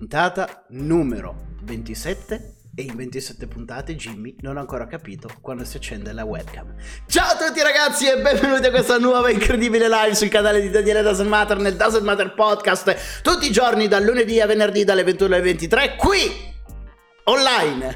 puntata numero 27 e in 27 puntate Jimmy non ha ancora capito quando si accende la webcam. Ciao a tutti ragazzi e benvenuti a questa nuova incredibile live sul canale di Daniele Doesn't Matter nel Doesn't Matter Podcast, tutti i giorni dal lunedì a venerdì dalle 21 alle 23 qui online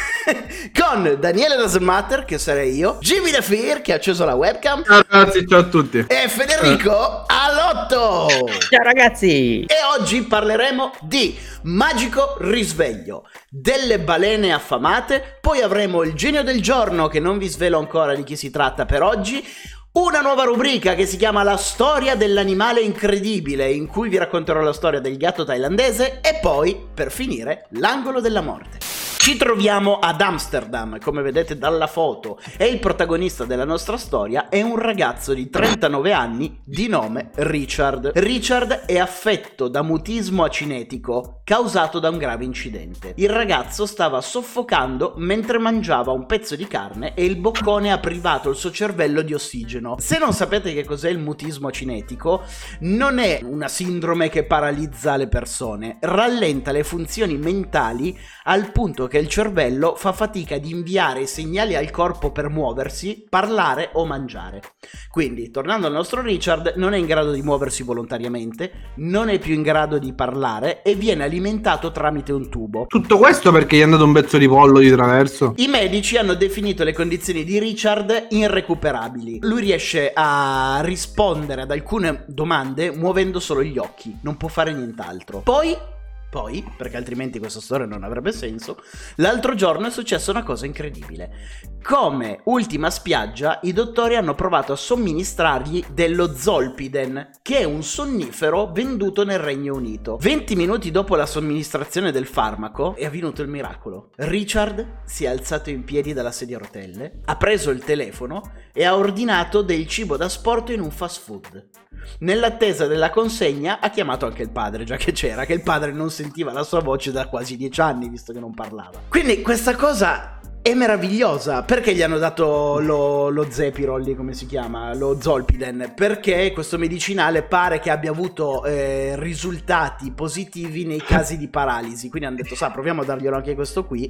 con Daniele Doesn't Matter, che sarei io, Jimmy The Fear, che ha acceso la webcam. Ciao ragazzi, ciao a tutti. E Federico Alotto. Ciao ragazzi. E oggi parleremo di Magico Risveglio, delle balene affamate, poi avremo il genio del giorno, che non vi svelo ancora di chi si tratta per oggi, una nuova rubrica che si chiama La storia dell'animale incredibile, in cui vi racconterò la storia del gatto thailandese, e poi, per finire, l'angolo della morte. Ci troviamo ad Amsterdam, come vedete dalla foto, e il protagonista della nostra storia è un ragazzo di 39 anni di nome Richard. Richard è affetto da mutismo acinetico causato da un grave incidente. Il ragazzo stava soffocando mentre mangiava un pezzo di carne e il boccone ha privato il suo cervello di ossigeno. Se non sapete che cos'è il mutismo acinetico, non è una sindrome che paralizza le persone, rallenta le funzioni mentali al punto che il cervello fa fatica di inviare i segnali al corpo per muoversi, parlare o mangiare. Quindi, tornando al nostro Richard, non è in grado di muoversi volontariamente, non è più in grado di parlare e viene alimentato tramite un tubo. Tutto questo perché gli è andato un pezzo di pollo di traverso? I medici hanno definito le condizioni di Richard irrecuperabili. Lui riesce a rispondere ad alcune domande muovendo solo gli occhi, non può fare nient'altro. Poi, perché altrimenti questa storia non avrebbe senso, l'altro giorno è successa una cosa incredibile. Come ultima spiaggia, i dottori hanno provato a somministrargli dello Zolpidem, che è un sonnifero venduto nel Regno Unito. 20 minuti dopo la somministrazione del farmaco è avvenuto il miracolo. Richard si è alzato in piedi dalla sedia a rotelle, ha preso il telefono e ha ordinato del cibo da asporto in un fast food. Nell'attesa della consegna ha chiamato anche il padre, già che c'era, che il padre non sentiva la sua voce da quasi 10 anni, visto che non parlava. Quindi questa cosa è meravigliosa. Perché gli hanno dato lo Zepirol, come si chiama? Lo Zolpidem? Perché questo medicinale pare che abbia avuto risultati positivi nei casi di paralisi. Quindi hanno detto, proviamo a darglielo anche questo qui.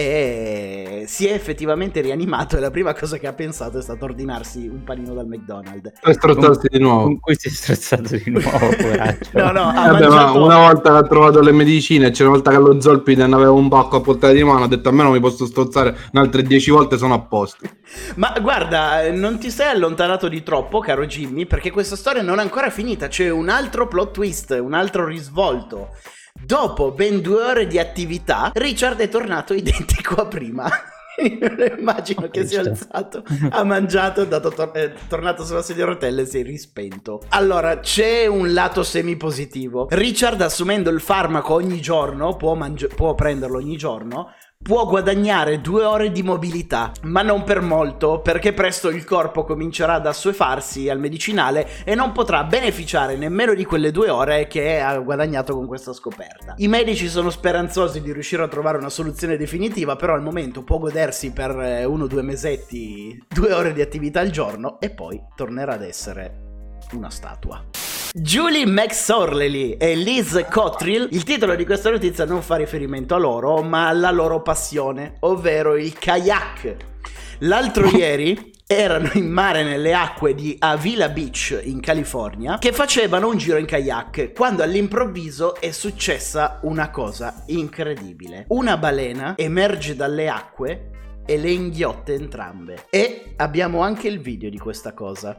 E si è effettivamente rianimato e la prima cosa che ha pensato è stato ordinarsi un panino dal McDonald's. Per strozzarsi di nuovo. Con cui si è strozzato di nuovo, poraccio. No, ha Vabbè, mangiato... ma una volta che ha trovato le medicine, c'era una volta che lo Zolpidem aveva un pacco a portata di mano, ha detto almeno mi posso strozzare altre 10 volte, sono a posto. Ma guarda, non ti sei allontanato di troppo, caro Jimmy, perché questa storia non è ancora finita. C'è un altro plot twist, un altro risvolto. Dopo ben 2 ore di attività, Richard è tornato identico a prima. Immagino che sia alzato, ha mangiato, è tornato sulla sedia a rotelle e si è rispento. Allora, c'è un lato semipositivo. Richard, assumendo il farmaco ogni giorno, può prenderlo ogni giorno, può guadagnare 2 ore di mobilità, ma non per molto, perché presto il corpo comincerà ad assuefarsi al medicinale e non potrà beneficiare nemmeno di quelle 2 ore che ha guadagnato con questa scoperta. I medici sono speranzosi di riuscire a trovare una soluzione definitiva, però al momento può godersi per 1 o 2 mesetti 2 ore di attività al giorno e poi tornerà ad essere una statua. Julie McSorley e Liz Cottrell. Il titolo di questa notizia non fa riferimento a loro, ma alla loro passione, ovvero il kayak. L'altro ieri erano in mare nelle acque di Avila Beach in California, che facevano un giro in kayak, quando all'improvviso è successa una cosa incredibile. Una balena emerge dalle acque e le inghiotte entrambe. E abbiamo anche il video di questa cosa.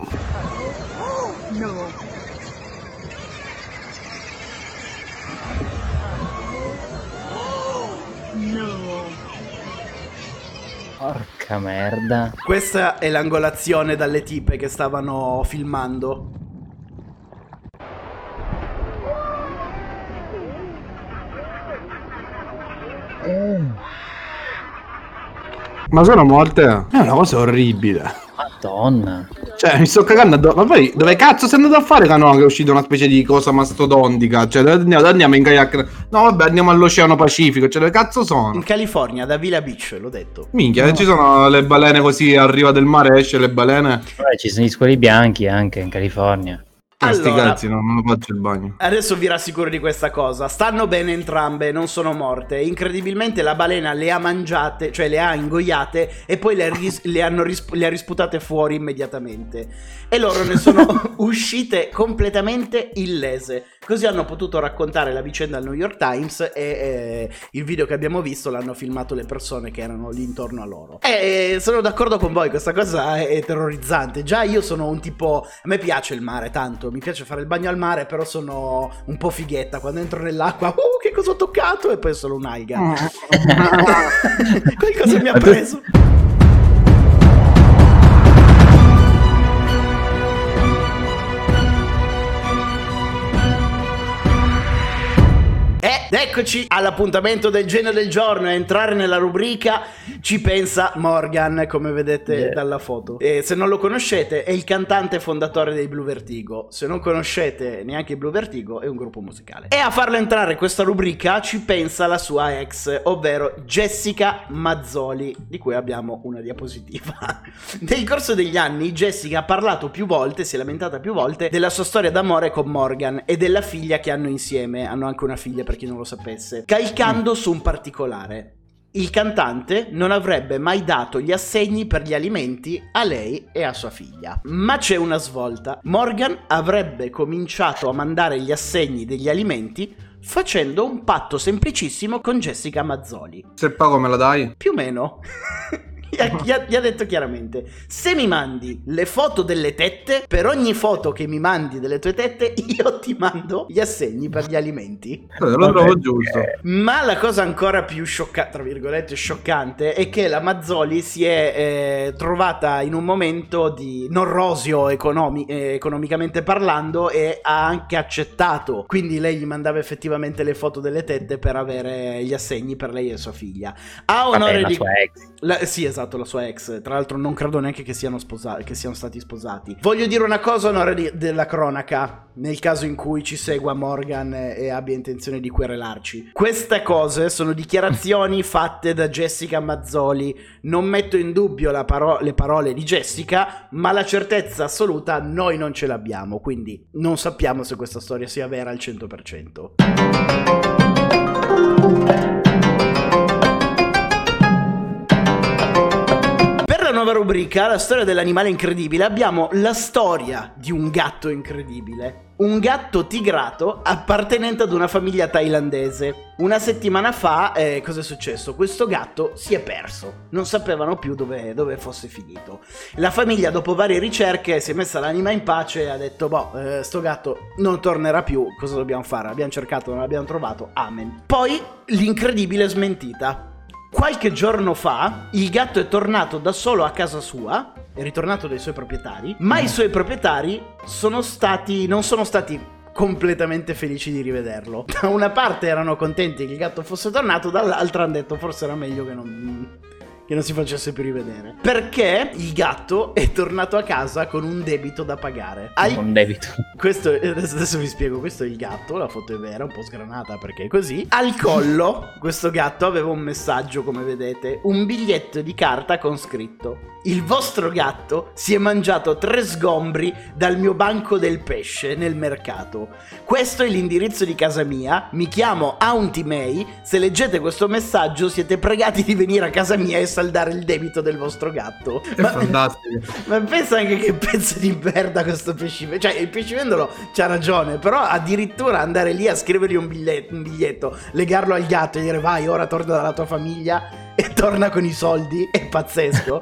No. Porca merda. Questa è l'angolazione dalle tipe che stavano filmando. Ma sono morte? È una cosa orribile. Madonna. Cioè, mi sto cagando addosso. Ma poi, dove cazzo sei andato a fare canoa che è uscita una specie di cosa mastodontica? Cioè, dove andiamo in kayak? No, vabbè, andiamo all'Oceano Pacifico. Cioè, dove cazzo sono? In California, ad Avila Beach, l'ho detto. Minchia, no. Ci sono le balene così, a riva del mare esce le balene. Ci sono gli squali bianchi anche in California. Sti Allora, cazzi, non lo faccio il bagno. adesso vi rassicuro di questa cosa. Stanno bene entrambe, non sono morte. Incredibilmente la balena le ha mangiate, cioè le ha ingoiate e poi le ha risputate fuori immediatamente. E loro ne sono uscite completamente illese. Così hanno potuto raccontare la vicenda al New York Times e il video che abbiamo visto l'hanno filmato le persone che erano lì intorno a loro. E sono d'accordo con voi, questa cosa è terrorizzante. Già io sono un tipo... A me piace il mare tanto, mi piace fare il bagno al mare, però sono un po' fighetta. Quando entro nell'acqua, che cosa ho toccato? E poi è solo un'alga. Qualcosa mi ha preso. Ed eccoci all'appuntamento del genio del giorno. A entrare nella rubrica ci pensa Morgan, come vedete dalla foto. E se non lo conoscete, è il cantante fondatore dei Blue Vertigo. Se non conoscete neanche i Blue Vertigo, è un gruppo musicale. E a farlo entrare in questa rubrica ci pensa la sua ex, ovvero Jessica Mazzoli, di cui abbiamo una diapositiva. Nel corso degli anni Jessica ha parlato più volte, si è lamentata più volte della sua storia d'amore con Morgan e della figlia che hanno insieme. Hanno anche una figlia, per chi non lo sapesse, calcando su un particolare. Il cantante non avrebbe mai dato gli assegni per gli alimenti a lei e a sua figlia. Ma c'è una svolta. Morgan avrebbe cominciato a mandare gli assegni degli alimenti facendo un patto semplicissimo con Jessica Mazzoli. Se pago me la dai? Più o meno. Gli ha detto chiaramente: se mi mandi le foto delle tette, per ogni foto che mi mandi delle tue tette io ti mando gli assegni per gli alimenti. Lo trovo giusto. Ma la cosa ancora più scioccante, tra virgolette scioccante, è che la Mazzoli si è trovata in un momento di non roseo economicamente parlando, e ha anche accettato. Quindi lei gli mandava effettivamente le foto delle tette per avere gli assegni per lei e sua figlia. A onore di sua ex. sì, esatto, la sua ex. Tra l'altro non credo neanche che siano stati sposati. Voglio dire una cosa a onore della cronaca, nel caso in cui ci segua Morgan e abbia intenzione di querelarci. Queste cose sono dichiarazioni fatte da Jessica Mazzoli. Non metto in dubbio le parole di Jessica, ma la certezza assoluta noi non ce l'abbiamo, quindi non sappiamo se questa storia sia vera al 100%. Nuova rubrica, la storia dell'animale incredibile. Abbiamo la storia di un gatto incredibile, un gatto tigrato appartenente ad una famiglia thailandese. Una settimana fa cosa è successo? Questo gatto si è perso, non sapevano più dove fosse finito. La famiglia, dopo varie ricerche, si è messa l'anima in pace e ha detto: sto gatto non tornerà più, cosa dobbiamo fare? Abbiamo cercato, non l'abbiamo trovato, amen. Poi l'incredibile smentita. Qualche giorno fa il gatto è tornato da solo a casa sua, è ritornato dai suoi proprietari, ma i suoi proprietari non sono stati completamente felici di rivederlo. Da una parte erano contenti che il gatto fosse tornato, dall'altra hanno detto forse era meglio che non si facesse più rivedere, perché il gatto è tornato a casa con un debito da pagare. Un debito. Questo, adesso vi spiego. Questo è il gatto, la foto è vera, un po' sgranata perché è così. Al collo questo gatto aveva un messaggio, come vedete, un biglietto di carta con scritto: il vostro gatto si è mangiato 3 sgombri dal mio banco del pesce nel mercato. Questo è l'indirizzo di casa mia, mi chiamo Auntie May, se leggete questo messaggio siete pregati di venire a casa mia e saldare il debito del vostro gatto. È fantastico. Ma pensa anche che pezzo di merda questo pescivendolo. Cioè il pescivendolo c'ha ragione, però addirittura andare lì a scrivergli un biglietto, legarlo al gatto e dire vai ora torna dalla tua famiglia e torna con i soldi, è pazzesco.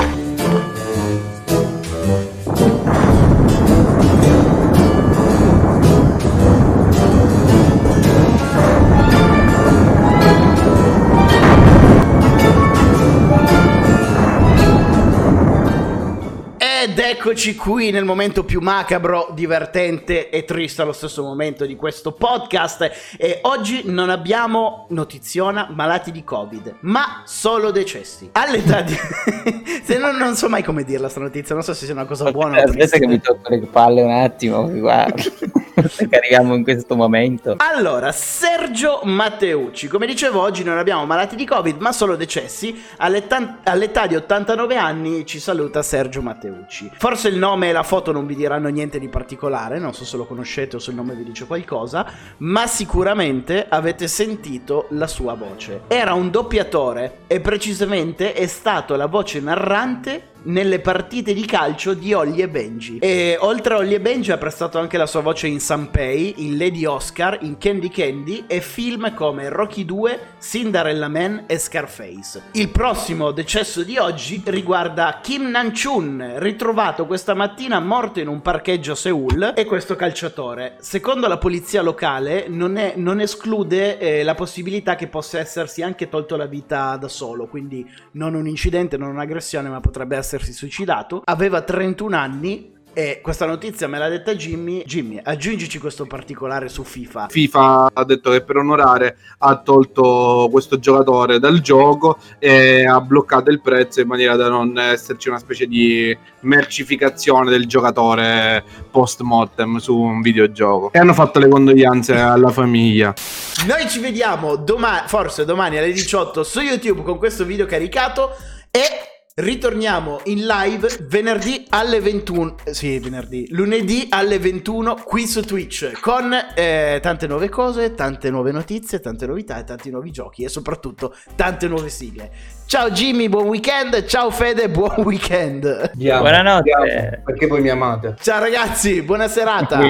Ed eccoci qui nel momento più macabro, divertente e triste allo stesso momento di questo podcast. E oggi non abbiamo, notiziona, malati di Covid, ma solo decessi. All'età di... Se non so mai come dirla sta notizia, non so se sia una cosa buona o Aspetta che mi tocco le palle un attimo, guarda. che arriviamo in questo momento. Allora, Sergio Matteucci, come dicevo oggi non abbiamo malati di Covid ma solo decessi, all'età di 89 anni ci saluta Sergio Matteucci. Forse il nome e la foto non vi diranno niente di particolare, non so se lo conoscete o se il nome vi dice qualcosa, ma sicuramente avete sentito la sua voce. Era un doppiatore e precisamente è stato la voce narrante nelle partite di calcio di Holly e Benji, e oltre a Holly e Benji ha prestato anche la sua voce in Sanpei, in Lady Oscar, in Candy Candy e film come Rocky 2, Cinderella Man e Scarface. Il prossimo decesso di oggi riguarda Kim Nam-chun, ritrovato questa mattina morto in un parcheggio a Seoul, e questo calciatore, secondo la polizia locale, non esclude la possibilità che possa essersi anche tolto la vita da solo, quindi non un incidente, non un'aggressione, ma potrebbe essersi suicidato. Aveva 31 anni e questa notizia me l'ha detta Jimmy. Jimmy, aggiungici questo particolare su FIFA. FIFA ha detto che per onorare ha tolto questo giocatore dal gioco e ha bloccato il prezzo in maniera da non esserci una specie di mercificazione del giocatore post mortem su un videogioco, e hanno fatto le condoglianze alla famiglia. Noi ci vediamo forse domani alle 18 su YouTube con questo video caricato, e ritorniamo in live venerdì alle 21. Sì, lunedì alle 21 qui su Twitch con tante nuove cose, tante nuove notizie, tante novità e tanti nuovi giochi e soprattutto tante nuove sigle. Ciao Jimmy, buon weekend. Ciao Fede, buon weekend. Buonanotte. Perché voi mi amate. Ciao ragazzi, buona serata.